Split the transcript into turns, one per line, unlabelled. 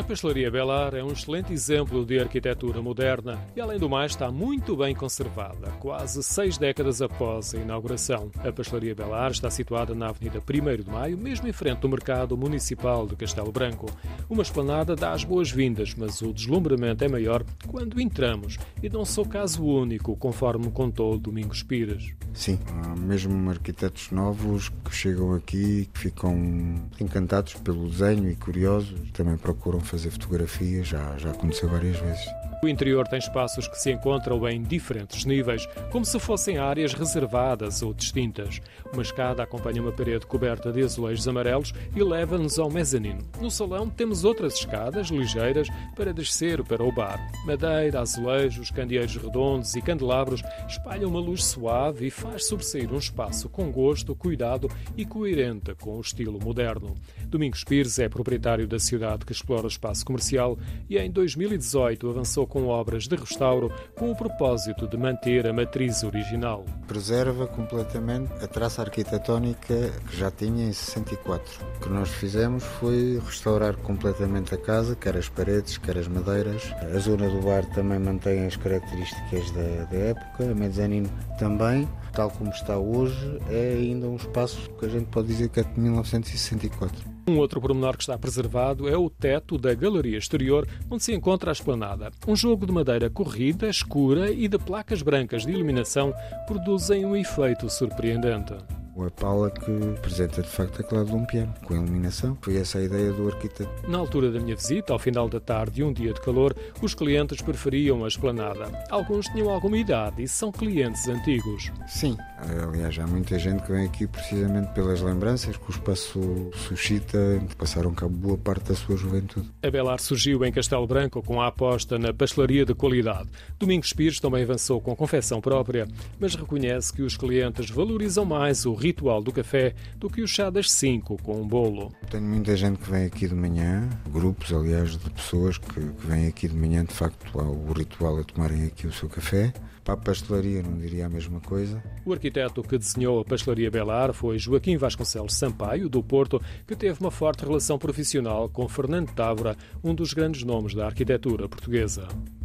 Pastelaria Belar é um excelente exemplo de arquitetura moderna e, além do mais, está muito bem conservada, quase 6 décadas após a inauguração. A Pastelaria Belar está situada na Avenida 1º de Maio, mesmo em frente do Mercado Municipal de Castelo Branco. Uma esplanada dá as boas-vindas, mas o deslumbramento é maior quando entramos, e não sou caso único, conforme contou Domingos Pires.
Sim, há mesmo arquitetos novos que chegam aqui e que ficam encantados pelo desenho e curiosos, também procuram fazer fotografias, já aconteceu várias vezes.
O interior tem espaços que se encontram em diferentes níveis, como se fossem áreas reservadas ou distintas. Uma escada acompanha uma parede coberta de azulejos amarelos e leva-nos ao mezanino. No salão temos outras escadas ligeiras para descer para o bar. Madeira, azulejos, candeeiros redondos e candelabros espalham uma luz suave e faz sobressair um espaço com gosto, cuidado e coerente com o estilo moderno. Domingos Pires é proprietário da sociedade que explora o espaço comercial e em 2018 avançou com obras de restauro com o propósito de manter a matriz original.
Preserva completamente a traça arquitetónica que já tinha em 64. O que nós fizemos foi restaurar completamente a casa, quer as paredes, quer as madeiras. A zona do bar também mantém as características da época, a mezzanine também. Tal como está hoje, é ainda um espaço que a gente pode dizer que é de 1964.
Um outro pormenor que está preservado é o teto da galeria exterior, onde se encontra a esplanada. Um jogo de madeira corrida, escura e de placas brancas de iluminação produzem um efeito surpreendente.
A pala que apresenta de facto a clave de um piano, com iluminação. Foi essa a ideia do arquiteto.
Na altura da minha visita, ao final da tarde e um dia de calor, os clientes preferiam a esplanada. Alguns tinham alguma idade e são clientes antigos.
Sim, aliás, há muita gente que vem aqui precisamente pelas lembranças que o espaço suscita, passaram cá boa parte da sua juventude.
A Belar surgiu em Castelo Branco com a aposta na pastelaria de qualidade. Domingos Pires também avançou com confecção própria, mas reconhece que os clientes valorizam mais o ritual do café do que o chá das 5 com um bolo.
Tenho muita gente que vem aqui de manhã, grupos, aliás, de pessoas que vêm aqui de manhã, de facto, ao ritual a tomarem aqui o seu café. Para a pastelaria não diria a mesma coisa.
O arquiteto que desenhou a Pastelaria Belar foi Joaquim Vasconcelos Sampaio, do Porto, que teve uma forte relação profissional com Fernando Távora, um dos grandes nomes da arquitetura portuguesa.